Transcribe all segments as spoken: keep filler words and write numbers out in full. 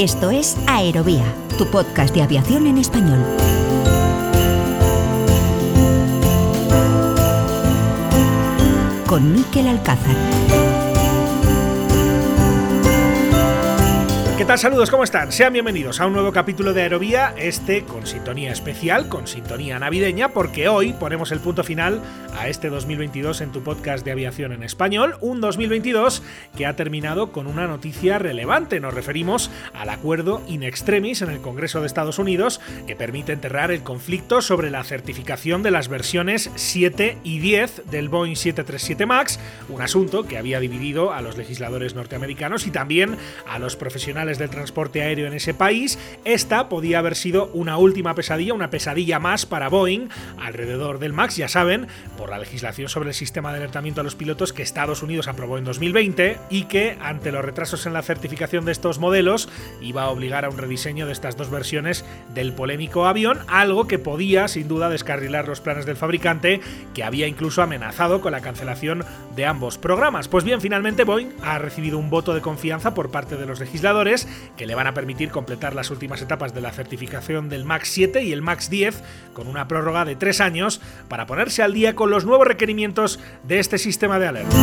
Esto es Aerovía, tu podcast de aviación en español. Con Mikel Alcázar. ¿Qué tal? Saludos, ¿cómo están? Sean bienvenidos a un nuevo capítulo de Aerovía, este con sintonía especial, con sintonía navideña, porque hoy ponemos el punto final a este dos mil veintidós en tu podcast de aviación en español, un dos mil veintidós que ha terminado con una noticia relevante. Nos referimos al acuerdo in extremis en el Congreso de Estados Unidos que permite enterrar el conflicto sobre la certificación de las versiones siete y diez del Boeing siete treinta y siete MAX, un asunto que había dividido a los legisladores norteamericanos y también a los profesionales del transporte aéreo en ese país. Esta podía haber sido una última pesadilla, una pesadilla más para Boeing alrededor del MAX, ya saben, por la legislación sobre el sistema de alertamiento a los pilotos que Estados Unidos aprobó en dos mil veinte y que, ante los retrasos en la certificación de estos modelos, iba a obligar a un rediseño de estas dos versiones del polémico avión, algo que podía, sin duda, descarrilar los planes del fabricante, que había incluso amenazado con la cancelación de ambos programas. Pues bien, finalmente Boeing ha recibido un voto de confianza por parte de los legisladores que le van a permitir completar las últimas etapas de la certificación del MAX siete y el MAX diez con una prórroga de tres años para ponerse al día con los nuevos requerimientos de este sistema de alerta.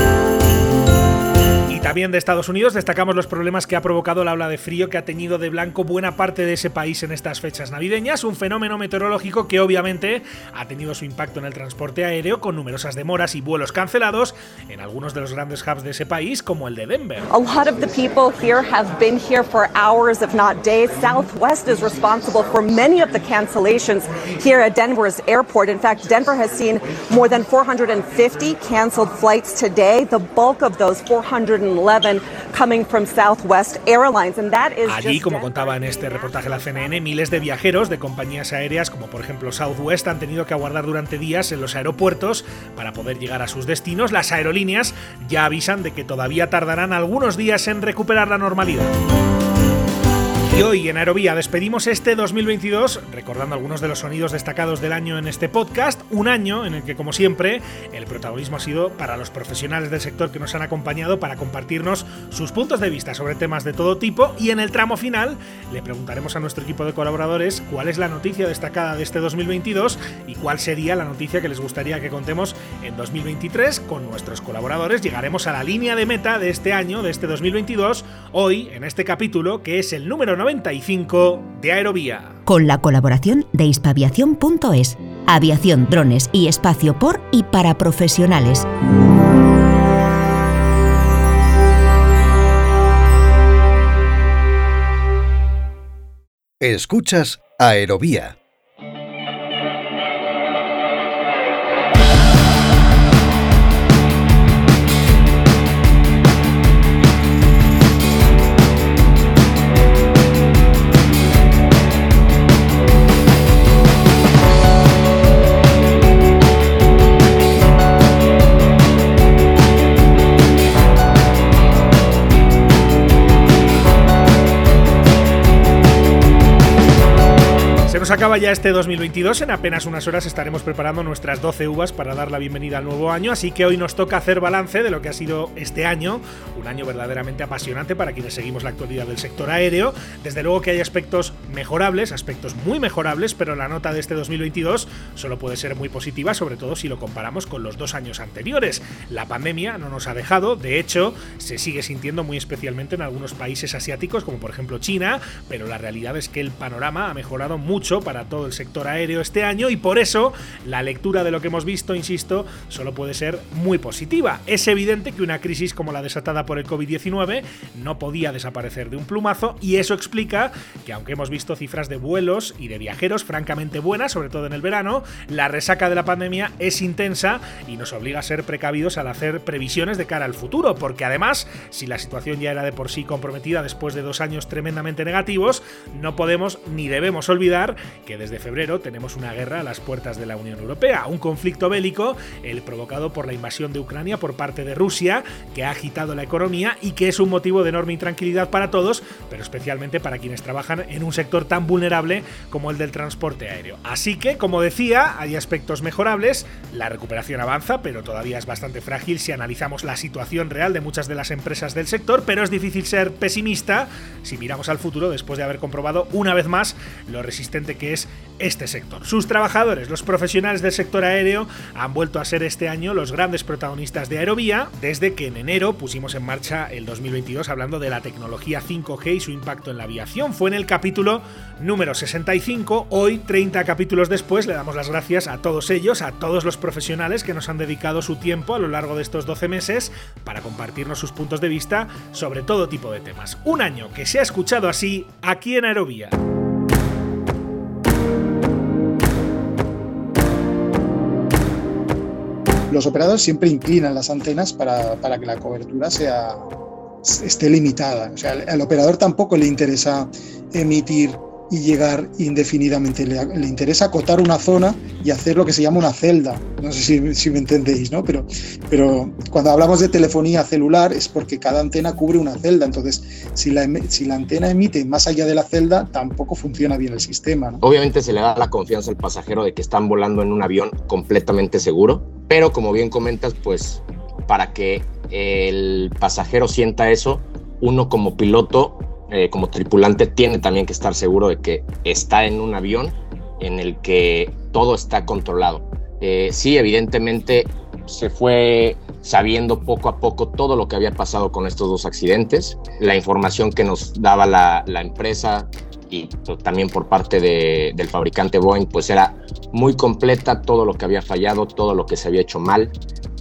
Y también de Estados Unidos destacamos los problemas que ha provocado la ola de frío que ha teñido de blanco buena parte de ese país en estas fechas navideñas, un fenómeno meteorológico que obviamente ha tenido su impacto en el transporte aéreo con numerosas demoras y vuelos cancelados en algunos de los grandes hubs de ese país, como el de Denver. A lot of the people here have been here for hours, if not days. Southwest is responsible for many of the cancellations here at Denver's airport. In fact, Denver has seen more than four hundred fifty canceled flights today, the bulk of those four hundred eleven coming from Southwest Airlines, and that is Allí, como contaba en este reportaje la C N N, miles de viajeros de compañías aéreas como por ejemplo Southwest han tenido que aguardar durante días en los aeropuertos para poder llegar a sus destinos. Las aerolíneas ya avisan de que todavía tardarán algunos días en recuperar la normalidad. Y hoy en Aerovía despedimos este dos mil veintidós recordando algunos de los sonidos destacados del año en este podcast, un año en el que, como siempre, el protagonismo ha sido para los profesionales del sector que nos han acompañado para compartirnos sus puntos de vista sobre temas de todo tipo, y en el tramo final le preguntaremos a nuestro equipo de colaboradores cuál es la noticia destacada de este dos mil veintidós y cuál sería la noticia que les gustaría que contemos en dos mil veintitrés. Con nuestros colaboradores llegaremos a la línea de meta de este año, de este dos mil veintidós, hoy en este capítulo que es el número noventa y cinco de Aerovía. Con la colaboración de hispaviación punto es, aviación, drones y espacio por y para profesionales. Escuchas Aerovía. Nos acaba ya este dos mil veintidós, en apenas unas horas estaremos preparando nuestras doce uvas para dar la bienvenida al nuevo año, así que hoy nos toca hacer balance de lo que ha sido este año, un año verdaderamente apasionante para quienes seguimos la actualidad del sector aéreo. Desde luego que hay aspectos mejorables, aspectos muy mejorables, pero la nota de este dos mil veintidós solo puede ser muy positiva, sobre todo si lo comparamos con los dos años anteriores. La pandemia no nos ha dejado, de hecho, se sigue sintiendo muy especialmente en algunos países asiáticos, como por ejemplo China, pero la realidad es que el panorama ha mejorado mucho para todo el sector aéreo este año y por eso la lectura de lo que hemos visto, insisto, solo puede ser muy positiva. Es evidente que una crisis como la desatada por el covid diecinueve no podía desaparecer de un plumazo y eso explica que, aunque hemos visto cifras de vuelos y de viajeros francamente buenas, sobre todo en el verano, la resaca de la pandemia es intensa y nos obliga a ser precavidos al hacer previsiones de cara al futuro, porque además, si la situación ya era de por sí comprometida después de dos años tremendamente negativos, no podemos ni debemos olvidar que desde febrero tenemos una guerra a las puertas de la Unión Europea, un conflicto bélico, el provocado por la invasión de Ucrania por parte de Rusia, que ha agitado la economía y que es un motivo de enorme intranquilidad para todos, pero especialmente para quienes trabajan en un sector tan vulnerable como el del transporte aéreo. Así que, como decía, hay aspectos mejorables, la recuperación avanza, pero todavía es bastante frágil si analizamos la situación real de muchas de las empresas del sector, pero es difícil ser pesimista si miramos al futuro después de haber comprobado una vez más lo resistente que es este sector. Sus trabajadores, los profesionales del sector aéreo, han vuelto a ser este año los grandes protagonistas de Aerovía desde que en enero pusimos en marcha el dos mil veintidós hablando de la tecnología cinco G y su impacto en la aviación. Fue en el capítulo número sesenta y cinco. Hoy, treinta capítulos después, le damos las gracias a todos ellos, a todos los profesionales que nos han dedicado su tiempo a lo largo de estos doce meses para compartirnos sus puntos de vista sobre todo tipo de temas. Un año que se ha escuchado así aquí en Aerovía. Los operadores siempre inclinan las antenas para, para que la cobertura sea, esté limitada. O sea, al, al operador tampoco le interesa emitir y llegar indefinidamente, le, le interesa acotar una zona y hacer lo que se llama una celda. No sé si, si me entendéis, ¿no? Pero, pero cuando hablamos de telefonía celular es porque cada antena cubre una celda, entonces si la, si la antena emite más allá de la celda tampoco funciona bien el sistema, ¿no? Obviamente se le da la confianza al pasajero de que están volando en un avión completamente seguro, pero como bien comentas, pues para que el pasajero sienta eso, uno como piloto, Eh, como tripulante, tiene también que estar seguro de que está en un avión en el que todo está controlado. Eh, sí, evidentemente se fue sabiendo poco a poco todo lo que había pasado con estos dos accidentes, la información que nos daba la, la empresa y pues, también por parte de, del fabricante Boeing, pues era muy completa, todo lo que había fallado, todo lo que se había hecho mal,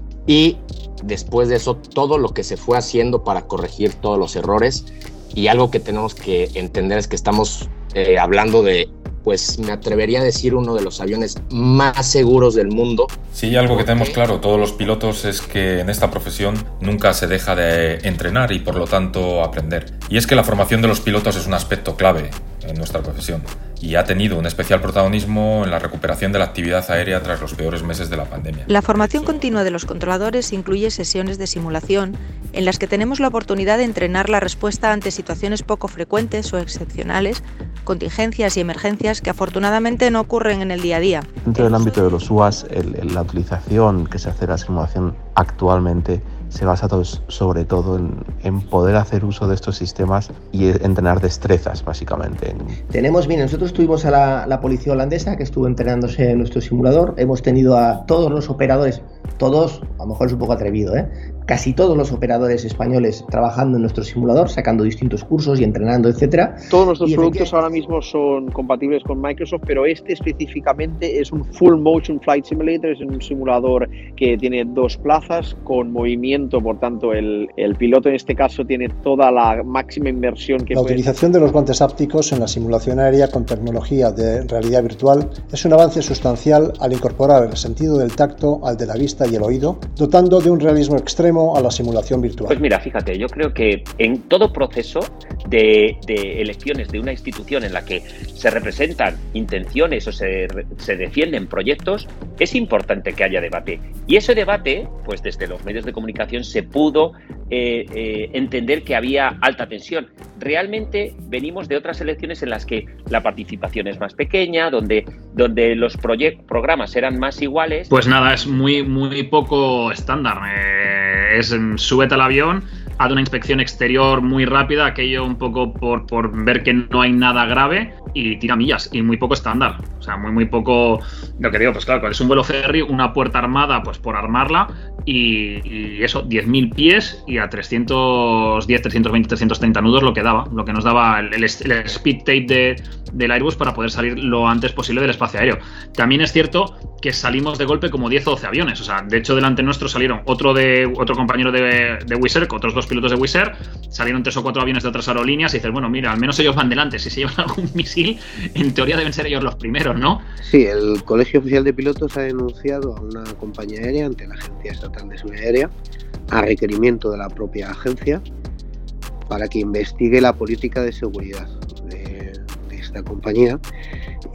y después de eso todo lo que se fue haciendo para corregir todos los errores. Y algo que tenemos que entender es que estamos eh, hablando de, pues me atrevería a decir, uno de los aviones más seguros del mundo. Sí, algo que tenemos claro todos los pilotos es que en esta profesión nunca se deja de entrenar y por lo tanto aprender. Y es que la formación de los pilotos es un aspecto clave en nuestra profesión y ha tenido un especial protagonismo en la recuperación de la actividad aérea tras los peores meses de la pandemia. La formación continua de los controladores incluye sesiones de simulación en las que tenemos la oportunidad de entrenar la respuesta ante situaciones poco frecuentes o excepcionales, contingencias y emergencias que afortunadamente no ocurren en el día a día. Dentro del ámbito de los U A S, el, el, la utilización que se hace de la simulación actualmente se basa todo, sobre todo en, en poder hacer uso de estos sistemas y entrenar destrezas, básicamente. Tenemos, bien, nosotros tuvimos a la, la policía holandesa que estuvo entrenándose en nuestro simulador. Hemos tenido a todos los operadores, todos, a lo mejor es un poco atrevido, ¿eh? casi todos los operadores españoles trabajando en nuestro simulador, sacando distintos cursos y entrenando, etcétera. Todos nuestros productos ahora mismo son compatibles con Microsoft, pero este específicamente es un Full Motion Flight Simulator, es un simulador que tiene dos plazas con movimiento, por tanto el, el piloto en este caso tiene toda la máxima inversión que La puede. utilización de los guantes ápticos en la simulación aérea con tecnología de realidad virtual es un avance sustancial al incorporar el sentido del tacto al de la vista y el oído, dotando de un realismo extremo a la simulación virtual. Pues mira, fíjate, yo creo que en todo proceso de, de elecciones de una institución en la que se representan intenciones o se, se defienden proyectos, es importante que haya debate. Y ese debate, pues desde los medios de comunicación se pudo eh, eh, entender que había alta tensión. Realmente venimos de otras elecciones en las que la participación es más pequeña, donde, donde los programas eran más iguales. Pues nada, es muy, muy poco estándar. Eh, es súbete al avión, haz una inspección exterior muy rápida, aquello un poco por, por ver que no hay nada grave, y tira millas, y muy poco estándar. O sea, muy, muy poco. Lo que digo, pues claro, es un vuelo ferry, una puerta armada, pues por armarla, y, y eso, diez mil pies y a trescientos diez, trescientos veinte, trescientos treinta nudos lo que daba, lo que nos daba el, el, el speed tape de, del Airbus para poder salir lo antes posible del espacio aéreo. También es cierto que salimos de golpe como diez o doce aviones. O sea, de hecho, delante nuestro salieron otro de otro compañero de, de Wizz Air, otros dos pilotos de Wizz Air, salieron tres o cuatro aviones de otras aerolíneas y dices, bueno, mira, al menos ellos van delante. Si se llevan algún misil, en teoría deben ser ellos los primeros, ¿no? Sí, el Colegio Oficial de Pilotos ha denunciado a una compañía aérea ante la Agencia Estatal de Seguridad Aérea, a requerimiento de la propia agencia, para que investigue la política de seguridad de, de esta compañía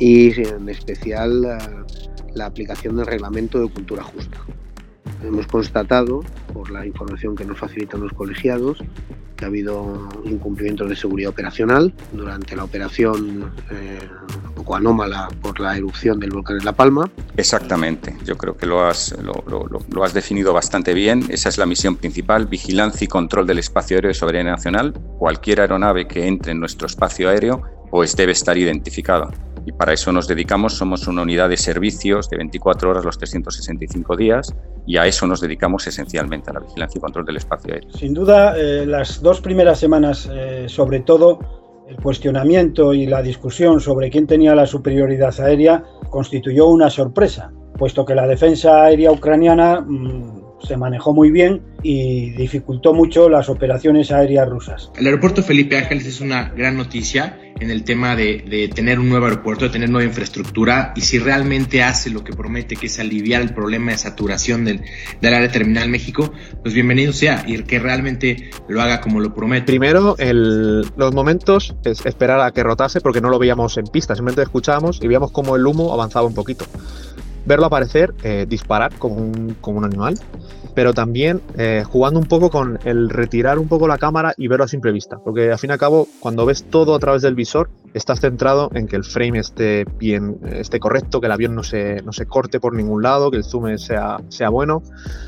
y en especial la, la aplicación del reglamento de cultura justa. Hemos constatado, por la información que nos facilitan los colegiados, que ha habido incumplimientos de seguridad operacional durante la operación eh, un poco anómala por la erupción del volcán en La Palma. Exactamente, yo creo que lo has, lo, lo, lo has definido bastante bien. Esa es la misión principal, vigilancia y control del espacio aéreo de soberanía nacional. Cualquier aeronave que entre en nuestro espacio aéreo pues debe estar identificada. Y para eso nos dedicamos, somos una unidad de servicios de veinticuatro horas los trescientos sesenta y cinco días y a eso nos dedicamos esencialmente, a la vigilancia y control del espacio aéreo. Sin duda, eh, las dos primeras semanas, eh, sobre todo, el cuestionamiento y la discusión sobre quién tenía la superioridad aérea constituyó una sorpresa, puesto que la defensa aérea ucraniana mmm, se manejó muy bien y dificultó mucho las operaciones aéreas rusas. El aeropuerto Felipe Ángeles es una gran noticia en el tema de, de tener un nuevo aeropuerto, de tener nueva infraestructura, y si realmente hace lo que promete, que es aliviar el problema de saturación del, del área terminal México, pues bienvenido sea, y que realmente lo haga como lo promete. Primero, el, los momentos es esperar a que rotase, porque no lo veíamos en pista, simplemente escuchábamos y veíamos cómo el humo avanzaba un poquito. Verlo aparecer, eh, disparar como un, como un animal, pero también eh, jugando un poco con el retirar un poco la cámara y verlo a simple vista, porque al fin y al cabo, cuando ves todo a través del visor, estás centrado en que el frame esté bien, esté correcto, que el avión no se, no se corte por ningún lado, que el zoom sea, sea bueno,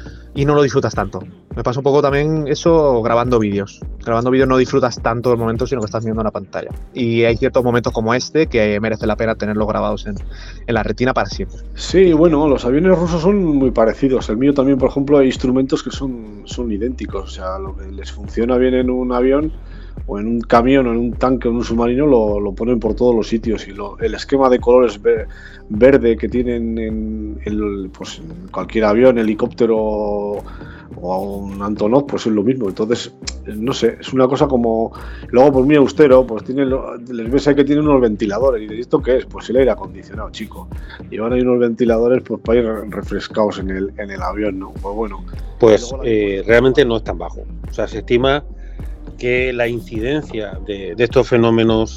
y no lo disfrutas tanto. Me pasa un poco también eso grabando vídeos. Grabando vídeos no disfrutas tanto del momento, sino que estás viendo una pantalla. Y hay ciertos momentos como este que merece la pena tenerlos grabados en, en la retina para siempre. Sí, bueno, los aviones rusos son muy parecidos. El mío también, por ejemplo, hay instrumentos que son, son idénticos. O sea, lo que les funciona bien en un avión o en un camión o en un tanque o en un submarino lo, lo ponen por todos los sitios, y lo, el esquema de colores ver, verde que tienen en, en, pues, en cualquier avión, helicóptero o, o un Antonov, pues es lo mismo. Entonces, no sé, es una cosa como... Luego, pues muy austero, pues tiene, les ves ahí que tienen unos ventiladores, y dices, ¿esto qué es? Pues el aire acondicionado, chico. Llevan ahí unos ventiladores pues para ir refrescados en el, en el avión, ¿no? Pues bueno. Pues eh, realmente no es tan bajo. O sea, se estima que la incidencia de, de estos fenómenos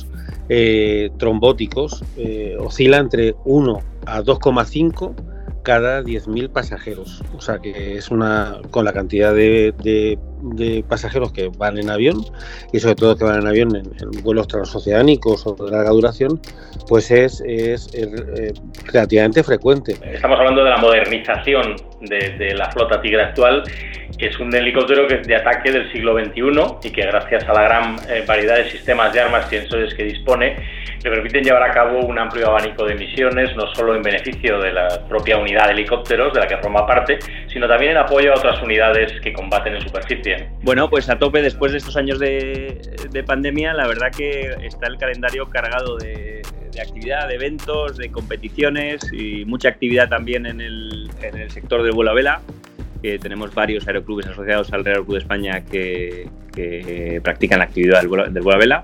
eh, trombóticos eh, oscila entre uno a dos coma cinco cada diez mil pasajeros. O sea que es una, con la cantidad de, de, de pasajeros que van en avión, y sobre todo que van en avión en, en vuelos transoceánicos o de larga duración, pues es, es, es eh, relativamente frecuente. Estamos hablando de la modernización de, de la flota Tigre actual, que es un helicóptero que es de ataque del siglo veintiuno y que, gracias a la gran eh, variedad de sistemas de armas y sensores que dispone, le permiten llevar a cabo un amplio abanico de misiones, no solo en beneficio de la propia unidad de helicópteros de la que forma parte, sino también en apoyo a otras unidades que combaten en superficie. Bueno, pues a tope después de estos años de, de pandemia, la verdad que está el calendario cargado de, de actividad, de eventos, de competiciones y mucha actividad también en el, en el sector del vuelo a vela, que tenemos varios aeroclubes asociados al Real Club de España que, que practican la actividad del vuelo, del vuelo a vela.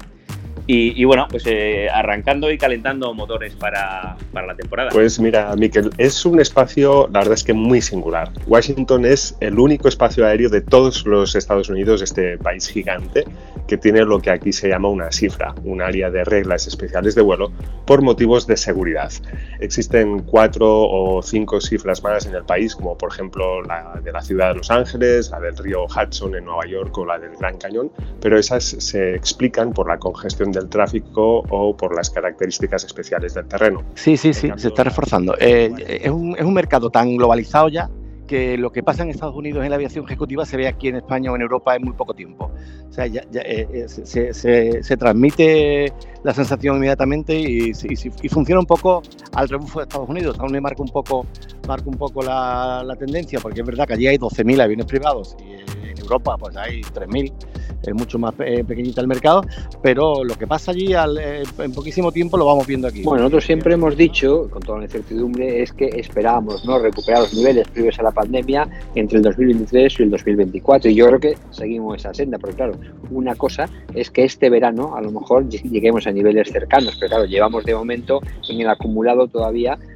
Y, y bueno, pues eh, arrancando y calentando motores para, para la temporada. Pues mira, Miquel, es un espacio, la verdad es que muy singular. Washington es el único espacio aéreo de todos los Estados Unidos, este país gigante, que tiene lo que aquí se llama una cifra, un área de reglas especiales de vuelo por motivos de seguridad. Existen cuatro o cinco cifras más en el país, como por ejemplo la de la ciudad de Los Ángeles, la del río Hudson en Nueva York o la del Gran Cañón, pero esas se explican por la congestión del tráfico o por las características especiales del terreno. Sí, sí, sí, se está reforzando. Eh, es, un, es un mercado tan globalizado ya que lo que pasa en Estados Unidos en la aviación ejecutiva se ve aquí en España o en Europa en muy poco tiempo. O sea, ya, ya, eh, se, se, se transmite la sensación inmediatamente y, y, y funciona un poco al rebufo de Estados Unidos. Aún le marca un poco, marca un poco la, la tendencia, porque es verdad que allí hay doce mil aviones privados y en Europa pues hay tres mil. Es mucho más eh, pequeñita el mercado, pero lo que pasa allí al, eh, en poquísimo tiempo lo vamos viendo aquí. Bueno, nosotros siempre hemos dicho, con toda la incertidumbre, es que esperábamos, ¿no?, recuperar los niveles previos a la pandemia entre el dos mil veintitrés y el dos mil veinticuatro, y yo creo que seguimos esa senda, porque claro, una cosa es que este verano a lo mejor lleguemos a niveles cercanos, pero claro, llevamos de momento en el acumulado todavía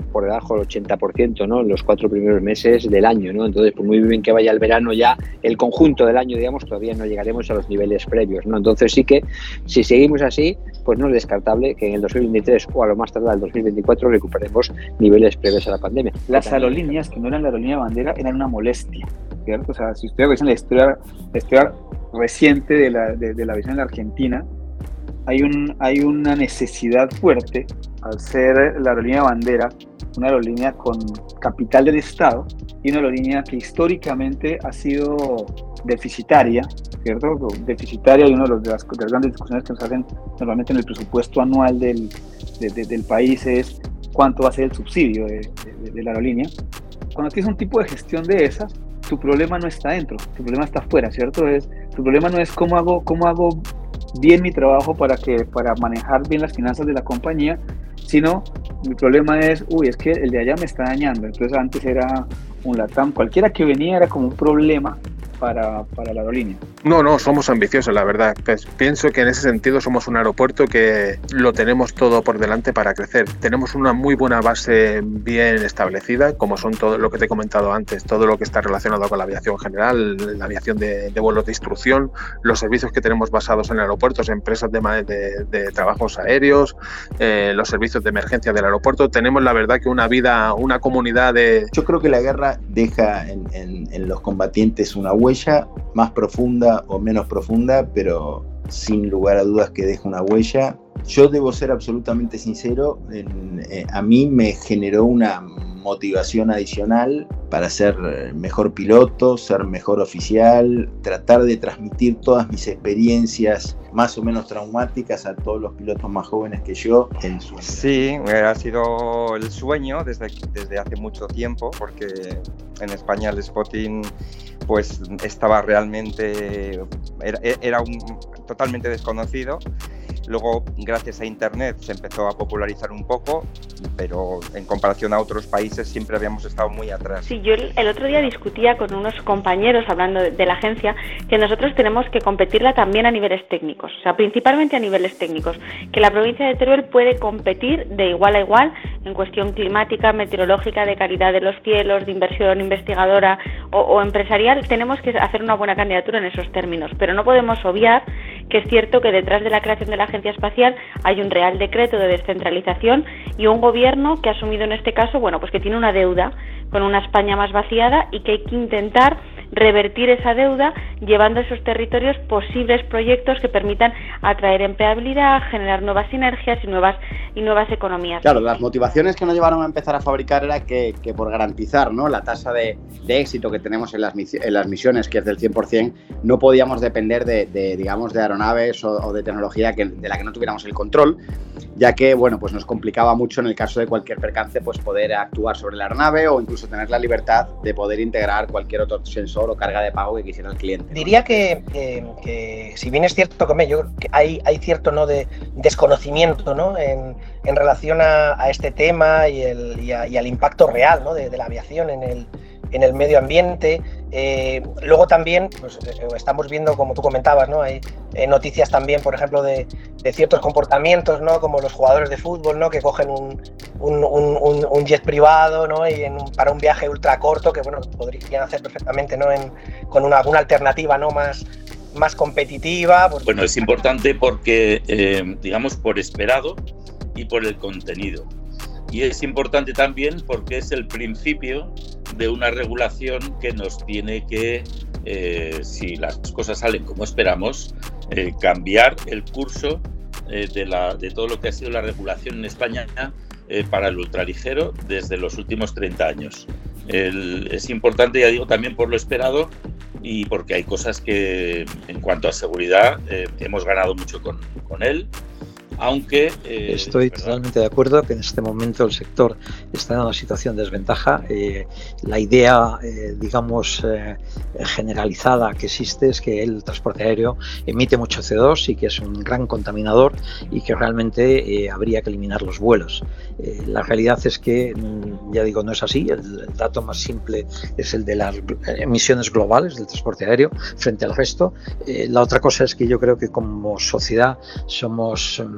por debajo del ochenta por ciento, ¿no? En los cuatro primeros meses del año, ¿no? Entonces, por muy bien que vaya el verano ya, el conjunto del año, digamos, todavía no llegaremos a los niveles previos, ¿no? Entonces sí que, si seguimos así, pues no es descartable que en el dos mil veintitrés o a lo más tardar el dos mil veinticuatro recuperemos niveles previos a la pandemia. Las aerolíneas, que no eran la aerolínea bandera, eran una molestia, ¿cierto? O sea, si ustedes ven la historia, la historia reciente de la, de, de la aviación en la Argentina, hay, un, hay una necesidad fuerte, al ser la aerolínea bandera, una aerolínea con capital del Estado y una aerolínea que históricamente ha sido deficitaria, ¿cierto? Deficitaria, y una de, los, de, las, de las grandes discusiones que nos hacen normalmente en el presupuesto anual del, de, de, del país es cuánto va a ser el subsidio de, de, de la aerolínea. Cuando tienes un tipo de gestión de esas, tu problema no está dentro, tu problema está afuera, ¿cierto? Es, tu problema no es cómo hago, cómo hago bien mi trabajo para, que, para manejar bien las finanzas de la compañía, sino mi problema es, uy, es que el de allá me está dañando. Entonces antes era un LATAM, cualquiera que venía era como un problema para, para la aerolínea. No, no, somos ambiciosos, la verdad. Pues pienso que en ese sentido somos un aeropuerto que lo tenemos todo por delante para crecer. Tenemos una muy buena base bien establecida, como son todo lo que te he comentado antes, todo lo que está relacionado con la aviación general, la aviación de, de vuelos de instrucción, los servicios que tenemos basados en aeropuertos, empresas de, de, de trabajos aéreos, eh, los servicios de emergencia del aeropuerto. Tenemos, la verdad, que una vida, una comunidad de... Yo creo que la guerra deja en, en, en los combatientes una huella más profunda o menos profunda, pero sin lugar a dudas que deja una huella. Yo debo ser absolutamente sincero, en, eh, a mí me generó una motivación adicional para ser mejor piloto, ser mejor oficial, tratar de transmitir todas mis experiencias más o menos traumáticas a todos los pilotos más jóvenes que yo en su... Sí, ha sido el sueño desde, desde hace mucho tiempo, porque en España el spotting pues estaba realmente, era, era un, totalmente desconocido. Luego, gracias a Internet, se empezó a popularizar un poco, pero en comparación a otros países siempre habíamos estado muy atrás. Sí, yo el, el otro día discutía con unos compañeros, hablando de, de la agencia, que nosotros tenemos que competirla también a niveles técnicos, o sea, principalmente a niveles técnicos, que la provincia de Teruel puede competir de igual a igual en cuestión climática, meteorológica, de calidad de los cielos, de inversión investigadora o, o empresarial. Tenemos que hacer una buena candidatura en esos términos, pero no podemos obviar que es cierto que detrás de la creación de la Agencia Espacial hay un Real Decreto de descentralización y un gobierno que ha asumido en este caso, bueno, pues que tiene una deuda con una España más vaciada y que hay que intentar revertir esa deuda llevando a esos territorios posibles proyectos que permitan atraer empleabilidad, generar nuevas sinergias y nuevas y nuevas economías. Claro, las motivaciones que nos llevaron a empezar a fabricar era que, que por garantizar, ¿no?, la tasa de, de éxito que tenemos en las, en las misiones, que es del cien por ciento, no podíamos depender de, de digamos, de aeronaves o, o de tecnología que, de la que no tuviéramos el control, ya que, bueno, pues nos complicaba mucho en el caso de cualquier percance, pues poder actuar sobre la aeronave o incluso tener la libertad de poder integrar cualquier otro sensor o carga de pago que quisiera el cliente, ¿no? Diría que, que, que si bien es cierto que, yo, que hay, hay cierto no de desconocimiento, ¿no?, en, en relación a, a este tema y, el, y, a, y al impacto real, ¿no?, de, de la aviación en el, en el medio ambiente. Eh, luego también pues, eh, estamos viendo, como tú comentabas, ¿no?, hay eh, noticias también, por ejemplo, de, de ciertos comportamientos, ¿no?, como los jugadores de fútbol, ¿no?, que cogen un, un, un, un jet privado, ¿no?, y en un, para un viaje ultra corto, que bueno, podrían hacer perfectamente, ¿no?, en, con una, alguna alternativa, ¿no?, más, más competitiva. Pues... Bueno, es importante porque, eh, digamos, por esperado y por el contenido. Y es importante también porque es el principio de una regulación que nos tiene que, eh, si las cosas salen como esperamos, eh, cambiar el curso eh, de, la, de todo lo que ha sido la regulación en España eh, para el ultraligero desde los últimos treinta años. El, es importante, ya digo, también por lo esperado y porque hay cosas que, en cuanto a seguridad, eh, hemos ganado mucho con, con él. Aunque eh, estoy totalmente de acuerdo que en este momento el sector está en una situación de desventaja. Eh, la idea, eh, digamos, eh, generalizada que existe es que el transporte aéreo emite mucho C O dos y que es un gran contaminador y que realmente eh, habría que eliminar los vuelos. Eh, la realidad es que, ya digo, no es así. El, el dato más simple es el de las emisiones globales del transporte aéreo frente al resto. Eh, la otra cosa es que yo creo que como sociedad somos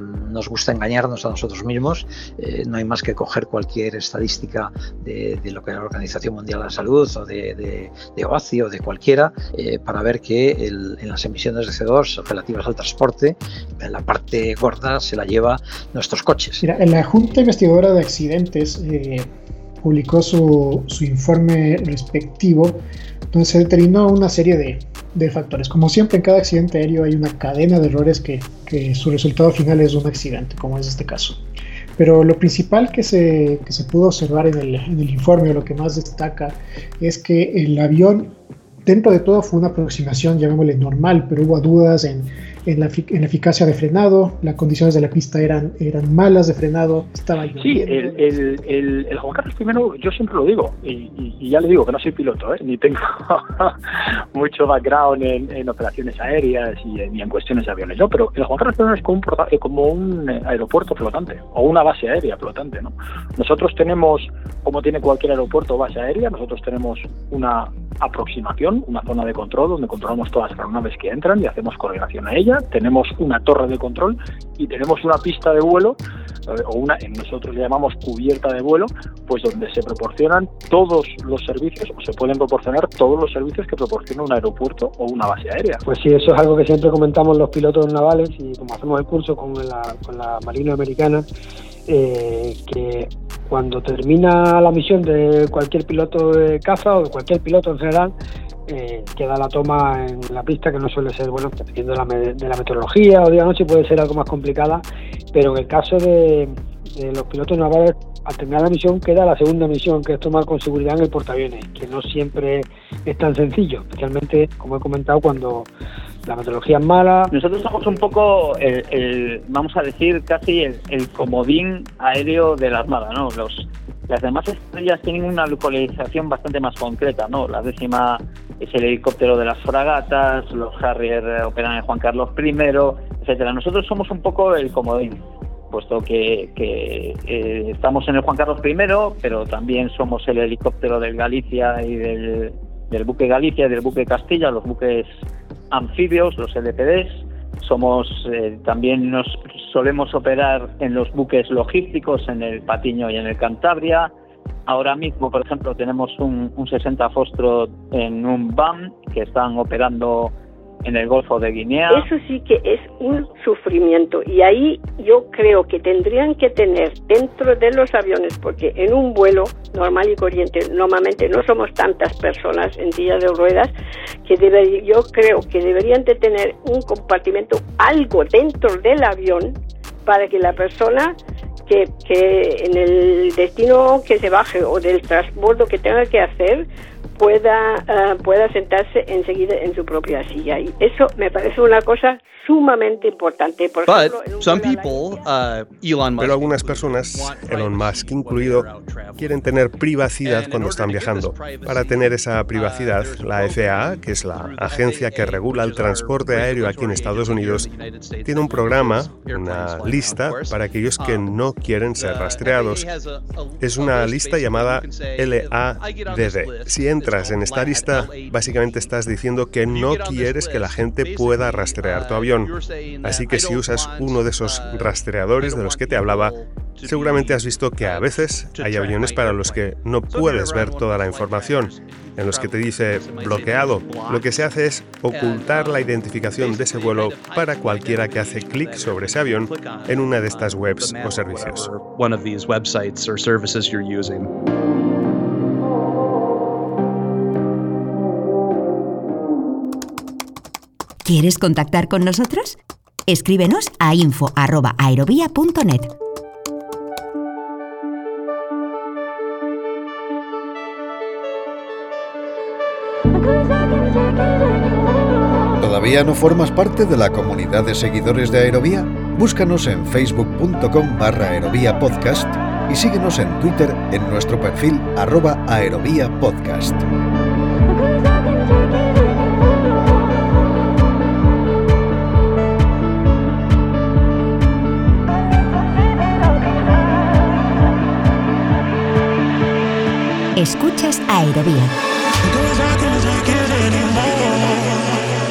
nos gusta engañarnos a nosotros mismos. Eh, no hay más que coger cualquier estadística de, de lo que es la Organización Mundial de la Salud o de, de, de O A C I o de cualquiera eh, para ver que el, en las emisiones de C O dos relativas al transporte, en la parte gorda se la lleva nuestros coches. Mira, en la Junta Investigadora de Accidentes eh, publicó su, su informe respectivo, donde se determinó una serie de, de factores. Como siempre, en cada accidente aéreo hay una cadena de errores que, que su resultado final es un accidente, como es este caso. Pero lo principal que se, que se pudo observar en el, en el informe, o lo que más destaca, es que el avión, dentro de todo, fue una aproximación, llamémosle normal, pero hubo dudas en, en, la, en la eficacia de frenado, las condiciones de la pista eran, eran malas de frenado, estaba lloviendo. Sí, el, el, el, el Juan Carlos primero, yo siempre lo digo, y, y, y ya le digo que no soy piloto, ¿eh? Ni tengo mucho background en, en operaciones aéreas y en, y en cuestiones de aviones, ¿no? Pero el Juan Carlos primero es como un, como un aeropuerto flotante, o una base aérea flotante, ¿no? Nosotros tenemos, como tiene cualquier aeropuerto o base aérea, nosotros tenemos una aproximación, una zona de control donde controlamos todas las aeronaves que entran y hacemos coordinación a ella. Tenemos una torre de control y tenemos una pista de vuelo, eh, o una, nosotros le llamamos cubierta de vuelo, pues donde se proporcionan todos los servicios, o se pueden proporcionar todos los servicios que proporciona un aeropuerto o una base aérea. Pues sí, eso es algo que siempre comentamos los pilotos navales, y como hacemos el curso con la, con la Marina Americana, eh, que cuando termina la misión de cualquier piloto de caza o de cualquier piloto en general, eh, queda la toma en la pista, que no suele ser, bueno, dependiendo de la, me- de la meteorología o día o noche, puede ser algo más complicada, pero en el caso de, de los pilotos navales, al terminar la misión queda la segunda misión, que es tomar con seguridad en el portaaviones, que no siempre es tan sencillo, especialmente, como he comentado, cuando la meteorología es mala. Nosotros somos un poco, el, el, vamos a decir, casi el, el comodín aéreo de la Armada, ¿no? Los, las demás estrellas tienen una localización bastante más concreta, ¿no? La décima es el helicóptero de las fragatas, los Harrier operan en Juan Carlos primero, etcétera. Nosotros somos un poco el comodín, puesto que, que eh, estamos en el Juan Carlos primero, pero también somos el helicóptero del Galicia y del, del buque Galicia y del buque Castilla, los buques anfibios, los L P Ds. Somos eh, también nos solemos operar en los buques logísticos, en el Patiño y en el Cantabria. Ahora mismo, por ejemplo, tenemos un, un sesenta Foxtrot en un B A M que están operando en el Golfo de Guinea. Eso sí que es un sufrimiento, y ahí yo creo que tendrían que tener dentro de los aviones, porque en un vuelo normal y corriente normalmente no somos tantas personas en silla de ruedas, que debe, yo creo que deberían de tener un compartimento, algo dentro del avión, para que la persona que, que en el destino que se baje o del transbordo que tenga que hacer pueda uh, pueda sentarse enseguida en su propia silla, y eso me parece una cosa sumamente importante. Por ejemplo, en un some people, uh, Elon Musk, Pero algunas personas, Elon Musk incluido, quieren tener privacidad cuando están viajando. Para tener esa privacidad, la F A A, que es la agencia que regula el transporte aéreo aquí en Estados Unidos, tiene un programa, una lista para aquellos que no quieren ser rastreados. Es una lista llamada L A D D. Si entras en esta lista, básicamente estás diciendo que no quieres que la gente pueda rastrear tu avión. Así que si usas uno de esos rastreadores de los que te hablaba, seguramente has visto que a veces hay aviones para los que no puedes ver toda la información, en los que te dice bloqueado. Lo que se hace es ocultar la identificación de ese vuelo para cualquiera que hace clic sobre ese avión en una de estas webs o servicios. ¿Quieres contactar con nosotros? Escríbenos a info arroba aerovía punto net. ¿Todavía no formas parte de la comunidad de seguidores de Aerovía? Búscanos en facebook punto com barra aerovía podcast y síguenos en Twitter en nuestro perfil arroba aerovía podcast. Escuchas Aerovía.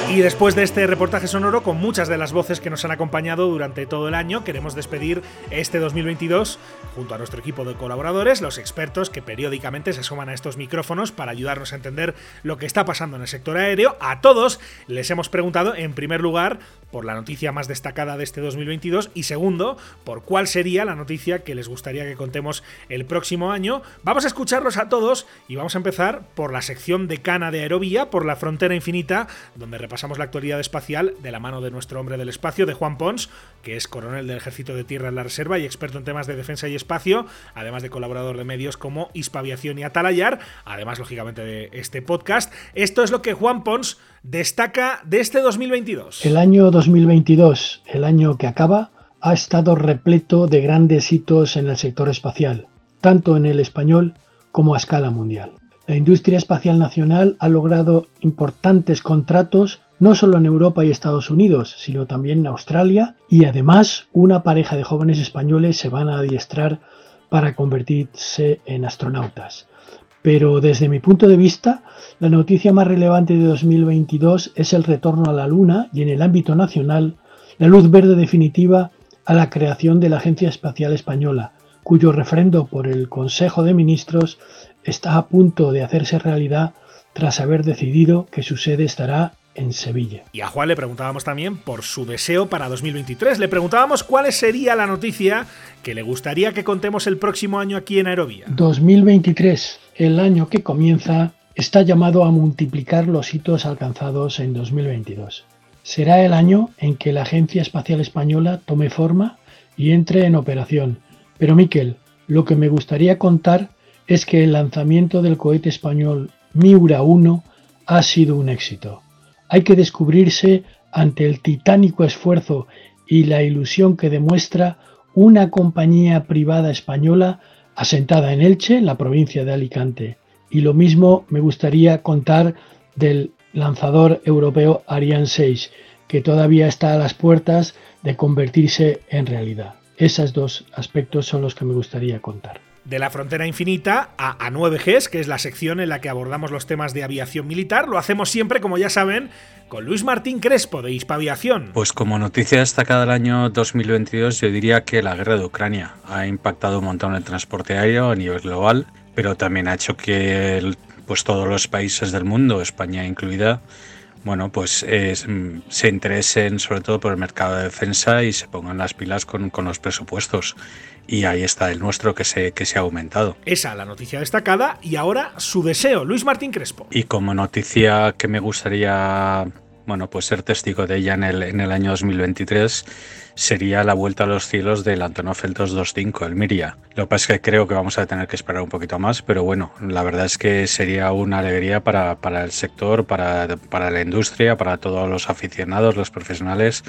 Y después de este reportaje sonoro, con muchas de las voces que nos han acompañado durante todo el año, queremos despedir este dos mil veintidós junto a nuestro equipo de colaboradores, los expertos que periódicamente se asoman a estos micrófonos para ayudarnos a entender lo que está pasando en el sector aéreo. A todos les hemos preguntado, en primer lugar, por la noticia más destacada de este dos mil veintidós y segundo, por cuál sería la noticia que les gustaría que contemos el próximo año. Vamos a escucharlos a todos y vamos a empezar por la sección decana de Aerovía, por la frontera infinita, donde repasamos la actualidad espacial de la mano de nuestro hombre del espacio, de Juan Pons, que es coronel del Ejército de Tierra en la Reserva y experto en temas de defensa y espacio, además de colaborador de medios como Hispaviación y Atalayar, además, lógicamente, de este podcast. Esto es lo que Juan Pons destaca de este dos mil veintidós. El año dos mil veintidós, el año que acaba, ha estado repleto de grandes hitos en el sector espacial, tanto en el español como a escala mundial. La industria espacial nacional ha logrado importantes contratos no solo en Europa y Estados Unidos, sino también en Australia, y además una pareja de jóvenes españoles se van a adiestrar para convertirse en astronautas. Pero desde mi punto de vista, la noticia más relevante de dos mil veintidós es el retorno a la Luna y, en el ámbito nacional, la luz verde definitiva a la creación de la Agencia Espacial Española, cuyo refrendo por el Consejo de Ministros está a punto de hacerse realidad tras haber decidido que su sede estará en Sevilla. Y a Juan le preguntábamos también por su deseo para dos mil veintitrés. Le preguntábamos cuál sería la noticia que le gustaría que contemos el próximo año aquí en Aerovía. dos mil veintitrés, el año que comienza, está llamado a multiplicar los hitos alcanzados en dos mil veintidós. Será el año en que la Agencia Espacial Española tome forma y entre en operación. Pero, Miquel, lo que me gustaría contar es que el lanzamiento del cohete español Miura uno ha sido un éxito. Hay que descubrirse ante el titánico esfuerzo y la ilusión que demuestra una compañía privada española asentada en Elche, en la provincia de Alicante. Y lo mismo me gustaría contar del lanzador europeo Ariane seis, que todavía está a las puertas de convertirse en realidad. Esos dos aspectos son los que me gustaría contar. De la frontera infinita a A nueve Gs, que es la sección en la que abordamos los temas de aviación militar. Lo hacemos siempre, como ya saben, con Luis Martín Crespo, de Hispaviación. Pues como noticia destacada del año dos mil veintidós, yo diría que la guerra de Ucrania ha impactado un montón el transporte aéreo a nivel global, pero también ha hecho que el, pues todos los países del mundo, España incluida, bueno, pues eh, se interesen sobre todo por el mercado de defensa y se pongan las pilas con, con los presupuestos. Y ahí está el nuestro, que se, que se ha aumentado. Esa la noticia destacada, y ahora su deseo, Luis Martín Crespo. Y como noticia que me gustaría, bueno, pues ser testigo de ella en el, en el año dos mil veintitrés, sería la vuelta a los cielos del Antonov el doscientos veinticinco, el Miria. Lo que pasa es que creo que vamos a tener que esperar un poquito más, pero bueno, la verdad es que sería una alegría para, para el sector, para, para la industria, para todos los aficionados, los profesionales.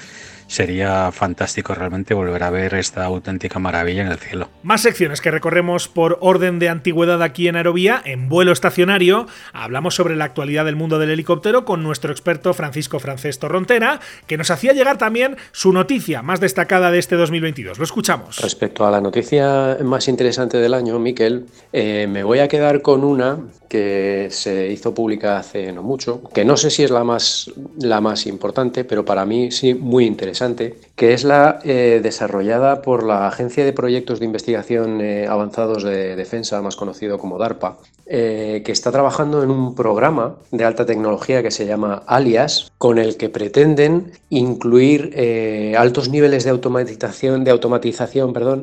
Sería fantástico realmente volver a ver esta auténtica maravilla en el cielo. Más secciones que recorremos por orden de antigüedad aquí en Aerovía. En vuelo estacionario hablamos sobre la actualidad del mundo del helicóptero con nuestro experto Francisco Francés Torrontera, que nos hacía llegar también su noticia más destacada de este dos mil veintidós. Lo escuchamos. Respecto a la noticia más interesante del año, Miquel, eh, me voy a quedar con una que se hizo pública hace no mucho, que no sé si es la más, la más importante, pero para mí sí muy interesante, que es la eh, desarrollada por la Agencia de Proyectos de Investigación eh, Avanzados de Defensa, más conocido como DARPA, eh, que está trabajando en un programa de alta tecnología que se llama Alias, con el que pretenden incluir eh, altos niveles de automatización, de automatización, perdón,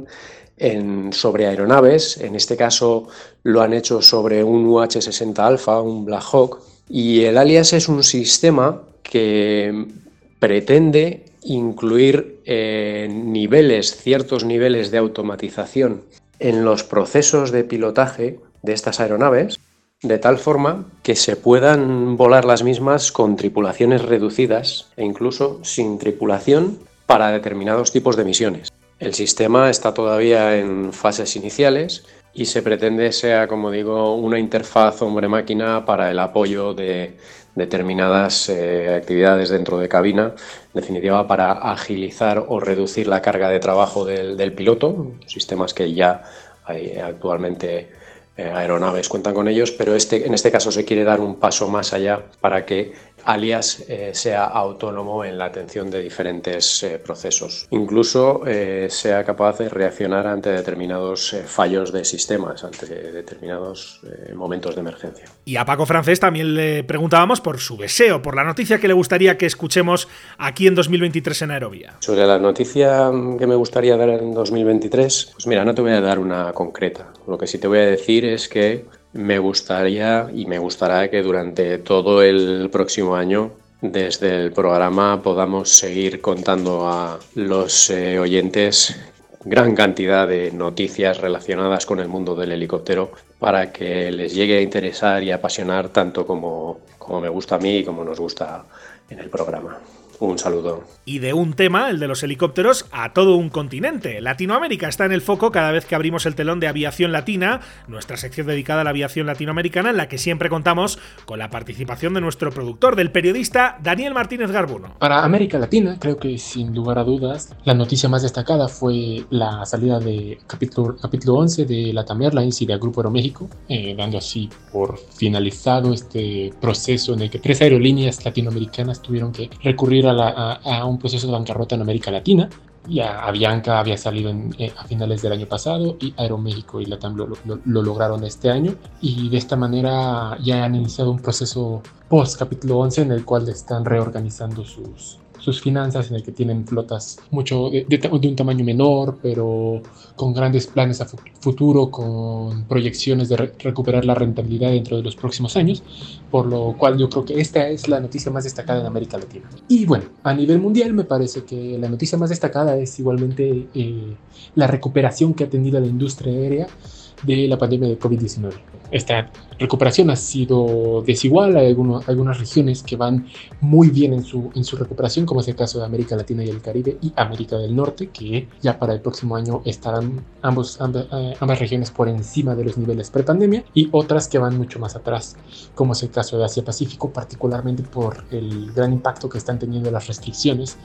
En, sobre aeronaves. En este caso lo han hecho sobre un U H sesenta Alpha, un Black Hawk, y el Alias es un sistema que pretende incluir eh, niveles, ciertos niveles de automatización en los procesos de pilotaje de estas aeronaves, de tal forma que se puedan volar las mismas con tripulaciones reducidas e incluso sin tripulación para determinados tipos de misiones. El sistema está todavía en fases iniciales y se pretende sea, como digo, una interfaz hombre-máquina para el apoyo de determinadas eh, actividades dentro de cabina, en definitiva para agilizar o reducir la carga de trabajo del, del piloto, sistemas que ya hay actualmente eh, aeronaves cuentan con ellos, pero este, en este caso se quiere dar un paso más allá para que alias eh, sea autónomo en la atención de diferentes eh, procesos. Incluso eh, sea capaz de reaccionar ante determinados eh, fallos de sistemas, ante determinados eh, momentos de emergencia. Y a Paco Francés también le preguntábamos por su deseo, por la noticia que le gustaría que escuchemos aquí en dos mil veintitrés en Aerovía. Sobre la noticia que me gustaría dar en dos mil veintitrés, pues mira, no te voy a dar una concreta. Lo que sí te voy a decir es que me gustaría y me gustará que durante todo el próximo año desde el programa podamos seguir contando a los eh, oyentes gran cantidad de noticias relacionadas con el mundo del helicóptero para que les llegue a interesar y a apasionar tanto como, como me gusta a mí y como nos gusta en el programa. Un saludo. Y de un tema, el de los helicópteros, a todo un continente. Latinoamérica está en el foco cada vez que abrimos el telón de Aviación Latina, nuestra sección dedicada a la aviación latinoamericana, en la que siempre contamos con la participación de nuestro productor, del periodista Daniel Martínez Garbuno. Para América Latina, creo que sin lugar a dudas, la noticia más destacada fue la salida de capítulo, capítulo once de LATAM Airlines y de Grupo Aeroméxico, eh, dando así por finalizado este proceso en el que tres aerolíneas latinoamericanas tuvieron que recurrir a, la, a, a un proceso de bancarrota en América Latina. Ya Avianca había salido en, eh, a finales del año pasado y Aeroméxico y LATAM lo, lo, lo lograron este año, y de esta manera ya han iniciado un proceso post capítulo once en el cual están reorganizando sus, sus finanzas, en el que tienen flotas mucho de, de, de un tamaño menor, pero con grandes planes a futuro, con proyecciones de re recuperar la rentabilidad dentro de los próximos años, por lo cual yo creo que esta es la noticia más destacada en América Latina. Y bueno, a nivel mundial me parece que la noticia más destacada es igualmente eh, la recuperación que ha tenido la industria aérea de la pandemia de COVID diecinueve. Esta recuperación ha sido desigual. Hay algunos, algunas regiones que van muy bien en su, en su recuperación, como es el caso de América Latina y el Caribe y América del Norte, que ya para el próximo año estarán ambos, ambas, ambas regiones por encima de los niveles prepandemia, y otras que van mucho más atrás, como es el caso de Asia-Pacífico, particularmente por el gran impacto que están teniendo las restricciones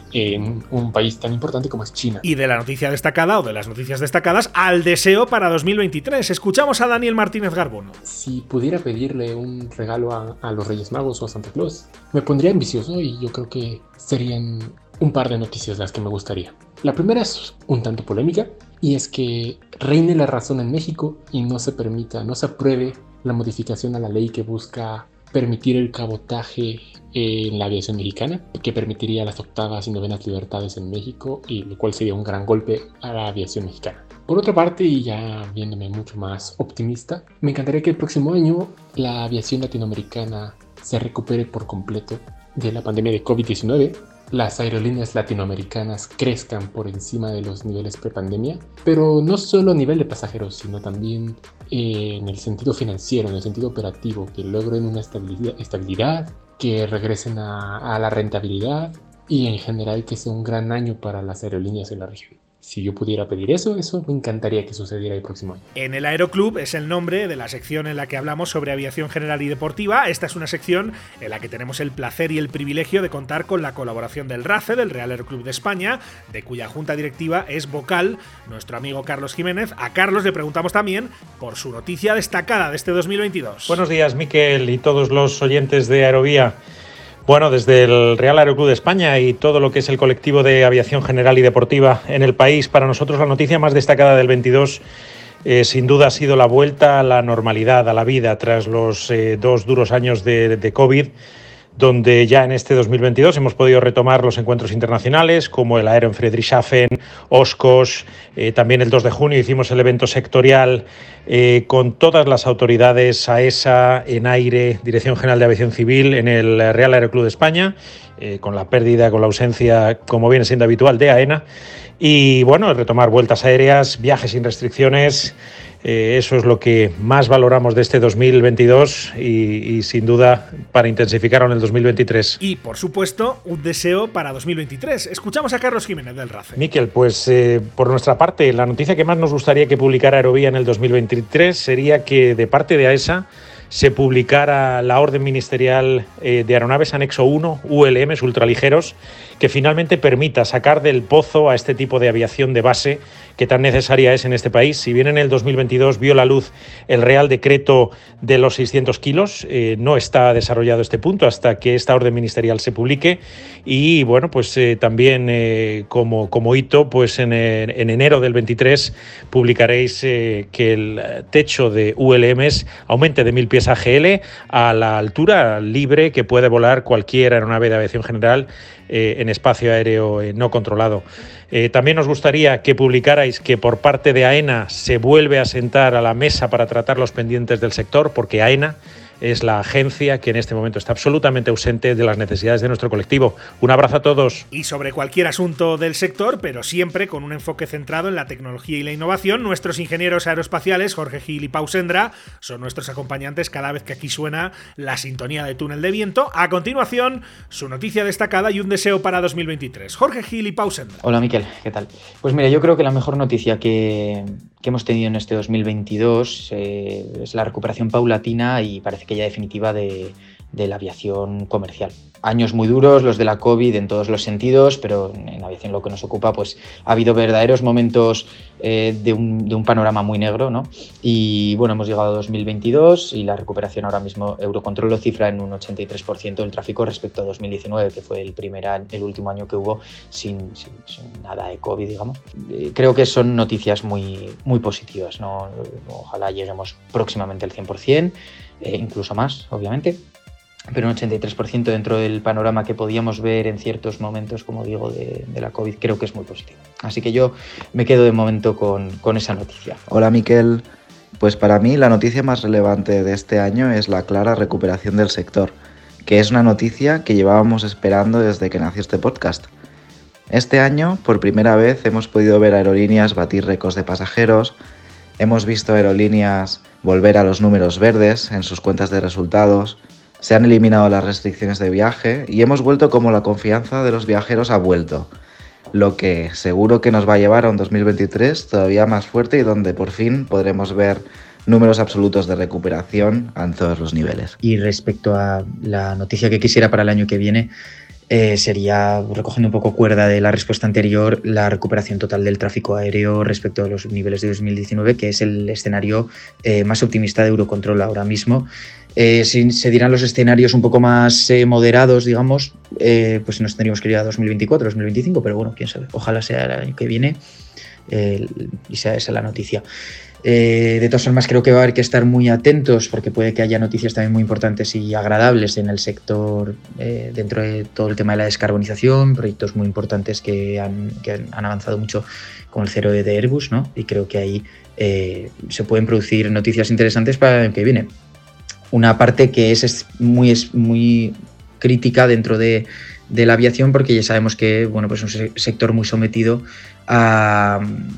en un país tan importante como es China. Y de la noticia destacada, o de las noticias destacadas, al deseo para dos mil veintitrés. Escuchamos a Daniel Martínez Garbuno. Si pudiera pedirle un regalo a, a los Reyes Magos o a Santa Claus, me pondría ambicioso, y yo creo que serían un par de noticias las que me gustaría. La primera es un tanto polémica, y es que reine la razón en México y no se permita, no se apruebe la modificación a la ley que busca permitir el cabotaje en la aviación mexicana, que permitiría las octavas y novenas libertades en México, y lo cual sería un gran golpe a la aviación mexicana. Por otra parte, y ya viéndome mucho más optimista, me encantaría que el próximo año la aviación latinoamericana se recupere por completo de la pandemia de COVID diecinueve, las aerolíneas latinoamericanas crezcan por encima de los niveles prepandemia, pero no solo a nivel de pasajeros, sino también eh, en el sentido financiero, en el sentido operativo, que logren una estabilidad, estabilidad que regresen a, a la rentabilidad, y en general que sea un gran año para las aerolíneas en la región. Si yo pudiera pedir eso, eso me encantaría que sucediera el próximo año. En el Aeroclub es el nombre de la sección en la que hablamos sobre aviación general y deportiva. Esta es una sección en la que tenemos el placer y el privilegio de contar con la colaboración del RACE, del Real Aeroclub de España, de cuya junta directiva es vocal nuestro amigo Carlos Jiménez. A Carlos le preguntamos también por su noticia destacada de este dos mil veintidós. Buenos días, Miquel, y todos los oyentes de Aerovía. Bueno, desde el Real Aeroclub de España y todo lo que es el colectivo de aviación general y deportiva en el país, para nosotros la noticia más destacada del veintidós eh, sin duda ha sido la vuelta a la normalidad, a la vida, tras los eh, dos duros años de, de COVID, donde ya en este dos mil veintidós hemos podido retomar los encuentros internacionales, como el Aero en Friedrichshafen, Oshkosh, eh, también el dos de junio hicimos el evento sectorial eh, con todas las autoridades, AESA, ENAIRE, Dirección General de Aviación Civil, en el Real Aeroclub de España, eh, con la pérdida, con la ausencia, como viene siendo habitual, de AENA, y bueno, retomar vueltas aéreas, viajes sin restricciones. Eh, eso es lo que más valoramos de este dos mil veintidós y, y sin duda para intensificarlo en el dos mil veintitrés. Y por supuesto, un deseo para dos mil veintitrés. Escuchamos a Carlos Jiménez del RACE. Miquel, pues eh, por nuestra parte, la noticia que más nos gustaría que publicara Aerovía en el dos mil veintitrés sería que de parte de AESA se publicara la orden ministerial eh, de aeronaves anexo uno, U L Ms, ultraligeros, que finalmente permita sacar del pozo a este tipo de aviación de base que tan necesaria es en este país. Si bien en el dos mil veintidós vio la luz el Real Decreto de los seiscientos kilos, eh, no está desarrollado este punto hasta que esta orden ministerial se publique. Y bueno, pues eh, también eh, como, como hito, pues en, en enero del veintitrés publicaréis eh, que el techo de U L Ms aumente de mil pies A G L a la altura libre que puede volar cualquier aeronave de aviación general eh, en espacio aéreo eh, no controlado. Eh, también nos gustaría que publicarais que por parte de AENA se vuelve a sentar a la mesa para tratar los pendientes del sector, porque AENA es la agencia que en este momento está absolutamente ausente de las necesidades de nuestro colectivo. Un abrazo a todos. Y sobre cualquier asunto del sector, pero siempre con un enfoque centrado en la tecnología y la innovación, nuestros ingenieros aeroespaciales, Jorge Gil y Pau Sendra, son nuestros acompañantes cada vez que aquí suena la sintonía de Túnel de Viento. A continuación, su noticia destacada y un deseo para dos mil veintitrés. Jorge Gil y Pau Sendra. Hola, Miquel, ¿qué tal? Pues mira, yo creo que la mejor noticia que, que hemos tenido en este dos mil veintidós eh, es la recuperación paulatina y parece que ya definitiva de, de la aviación comercial. Años muy duros, los de la COVID en todos los sentidos, pero en aviación lo que nos ocupa, pues ha habido verdaderos momentos eh, de, un, de un panorama muy negro, ¿no? Y bueno, hemos llegado a dos mil veintidós y la recuperación ahora mismo, Eurocontrol lo cifra en un ochenta y tres por ciento del tráfico respecto a dos mil diecinueve, que fue el, primer año, el último año que hubo sin, sin, sin nada de COVID, digamos. Eh, creo que son noticias muy, muy positivas, ¿no? Ojalá lleguemos próximamente al cien por ciento. Eh, incluso más, obviamente, pero un ochenta y tres por ciento dentro del panorama que podíamos ver en ciertos momentos, como digo, de, de la COVID, creo que es muy positivo. Así que yo me quedo de momento con, con esa noticia. Hola, Miquel. Pues para mí la noticia más relevante de este año es la clara recuperación del sector, que es una noticia que llevábamos esperando desde que nació este podcast. Este año, por primera vez, hemos podido ver aerolíneas batir récords de pasajeros, hemos visto aerolíneas volver a los números verdes en sus cuentas de resultados, se han eliminado las restricciones de viaje y hemos vuelto como la confianza de los viajeros ha vuelto, lo que seguro que nos va a llevar a un dos mil veintitrés todavía más fuerte y donde por fin podremos ver números absolutos de recuperación en todos los niveles. Y respecto a la noticia que quisiera para el año que viene, Eh, sería, recogiendo un poco cuerda de la respuesta anterior, la recuperación total del tráfico aéreo respecto a los niveles de dos mil diecinueve, que es el escenario eh, más optimista de Eurocontrol ahora mismo. Eh, si se dieran los escenarios un poco más eh, moderados, digamos, eh, pues nos tendríamos que ir a dos mil veinticuatro, dos mil veinticinco, pero bueno, quién sabe, ojalá sea el año que viene eh, y sea esa la noticia. Eh, de todas formas, creo que va a haber que estar muy atentos porque puede que haya noticias también muy importantes y agradables en el sector eh, dentro de todo el tema de la descarbonización, proyectos muy importantes que han, que han avanzado mucho con el cero E de Airbus, ¿no? Y creo que ahí eh, se pueden producir noticias interesantes para el año que viene. Una parte que es muy, es muy crítica dentro de, de la aviación porque ya sabemos que bueno, pues es un sector muy sometido a...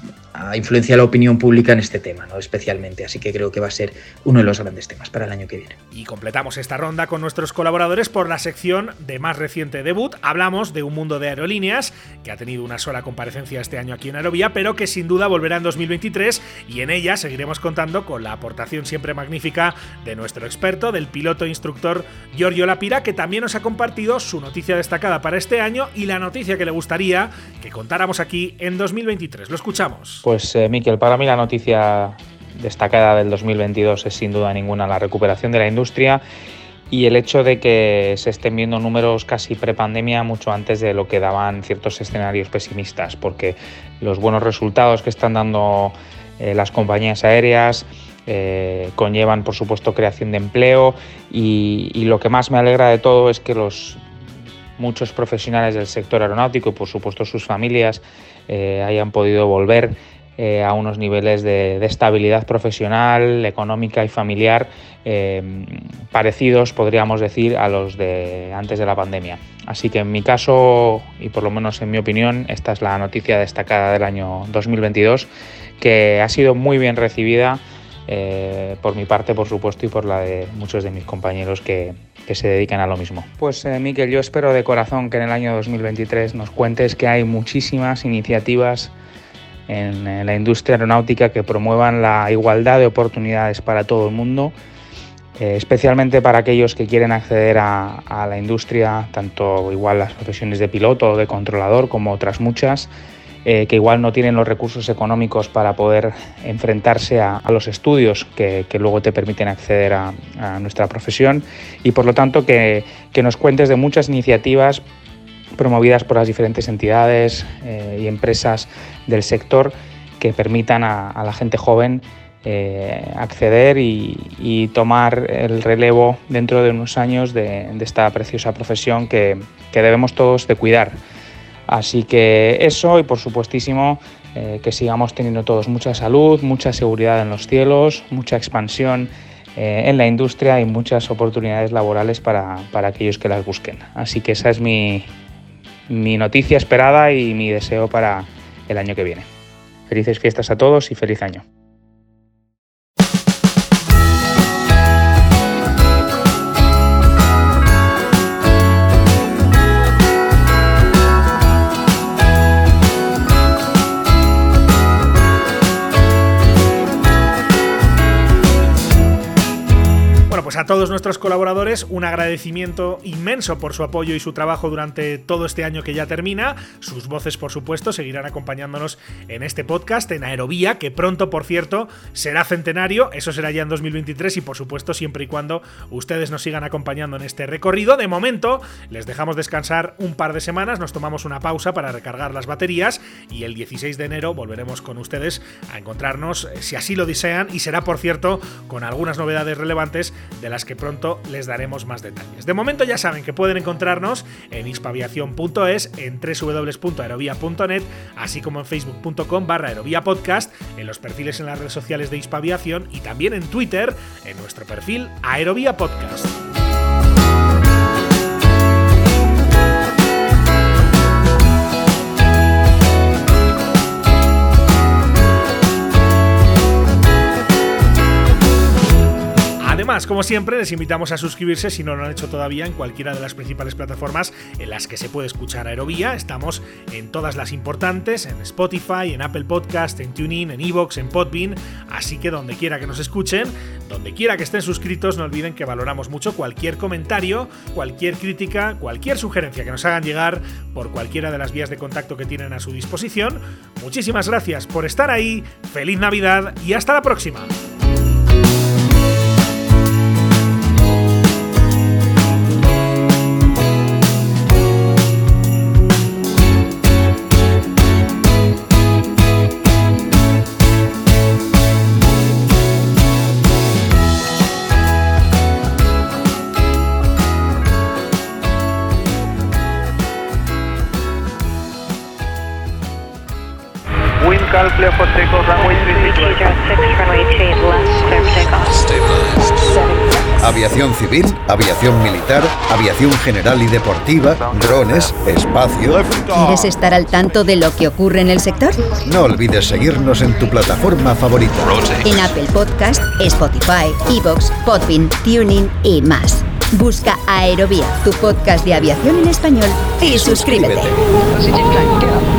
a influencia de la opinión pública en este tema, ¿no? Especialmente, así que creo que va a ser uno de los grandes temas para el año que viene. Y completamos esta ronda con nuestros colaboradores por la sección de más reciente debut. Hablamos de un mundo de aerolíneas que ha tenido una sola comparecencia este año aquí en Aerovía, pero que sin duda volverá en dos mil veintitrés y en ella seguiremos contando con la aportación siempre magnífica de nuestro experto, del piloto e instructor Giorgio Lapira, que también nos ha compartido su noticia destacada para este año y la noticia que le gustaría que contáramos aquí en dos mil veintitrés. Lo escuchamos. Pues eh, Miquel, para mí la noticia destacada del dos mil veintidós es sin duda ninguna la recuperación de la industria y el hecho de que se estén viendo números casi prepandemia mucho antes de lo que daban ciertos escenarios pesimistas, porque los buenos resultados que están dando eh, las compañías aéreas eh, conllevan, por supuesto, creación de empleo y, y lo que más me alegra de todo es que los muchos profesionales del sector aeronáutico y, por supuesto, sus familias eh, hayan podido volver Eh, a unos niveles de, de estabilidad profesional, económica y familiar eh, parecidos, podríamos decir, a los de antes de la pandemia. Así que en mi caso, y por lo menos en mi opinión, esta es la noticia destacada del año dos mil veintidós, que ha sido muy bien recibida eh, por mi parte, por supuesto, y por la de muchos de mis compañeros que, que se dedican a lo mismo. Pues eh, Miquel, yo espero de corazón que en el año dos mil veintitrés nos cuentes que hay muchísimas iniciativas en la industria aeronáutica que promuevan la igualdad de oportunidades para todo el mundo eh, especialmente para aquellos que quieren acceder a, a la industria, tanto igual las profesiones de piloto o de controlador como otras muchas, eh, que igual no tienen los recursos económicos para poder enfrentarse a, a los estudios que, que luego te permiten acceder a, a nuestra profesión, y por lo tanto que, que nos cuentes de muchas iniciativas promovidas por las diferentes entidades eh, y empresas del sector que permitan a, a la gente joven eh, acceder y, y tomar el relevo dentro de unos años de, de esta preciosa profesión que, que debemos todos de cuidar. Así que eso, y por supuestísimo eh, que sigamos teniendo todos mucha salud, mucha seguridad en los cielos, mucha expansión eh, en la industria y muchas oportunidades laborales para, para aquellos que las busquen. Así que esa es mi, mi noticia esperada y mi deseo para el año que viene. Felices fiestas a todos y feliz año. Pues a todos nuestros colaboradores un agradecimiento inmenso por su apoyo y su trabajo durante todo este año que ya termina. Sus voces, por supuesto, seguirán acompañándonos en este podcast, en Aerovía, que pronto, por cierto, será centenario. Eso será ya en dos mil veintitrés y, por supuesto, siempre y cuando ustedes nos sigan acompañando en este recorrido. De momento, les dejamos descansar un par de semanas, nos tomamos una pausa para recargar las baterías y el dieciséis de enero volveremos con ustedes a encontrarnos, si así lo desean, y será, por cierto, con algunas novedades relevantes de las que pronto les daremos más detalles. De momento ya saben que pueden encontrarnos en hispaviación punto es, en doble u doble u doble u punto aerovía punto net, así como en facebook punto com barra aerovía podcast, en los perfiles en las redes sociales de Hispaviación y también en Twitter, en nuestro perfil Aerovía Podcast. Además, como siempre, les invitamos a suscribirse si no lo han hecho todavía en cualquiera de las principales plataformas en las que se puede escuchar Aerovía. Estamos en todas las importantes, en Spotify, en Apple Podcast, en TuneIn, en iVoox, en Podbean, así que donde quiera que nos escuchen, donde quiera que estén suscritos, no olviden que valoramos mucho cualquier comentario, cualquier crítica, cualquier sugerencia que nos hagan llegar por cualquiera de las vías de contacto que tienen a su disposición. Muchísimas gracias por estar ahí, feliz Navidad y hasta la próxima. Clear for takeoff, runway Aviación civil, aviación militar, aviación general y deportiva, drones, espacio. ¿Quieres estar al tanto de lo que ocurre en el sector? No olvides seguirnos en tu plataforma favorita. En Apple Podcast, Spotify, iVoox, Podbean, TuneIn y más. Busca Aerovía, tu podcast de aviación en español, y suscríbete.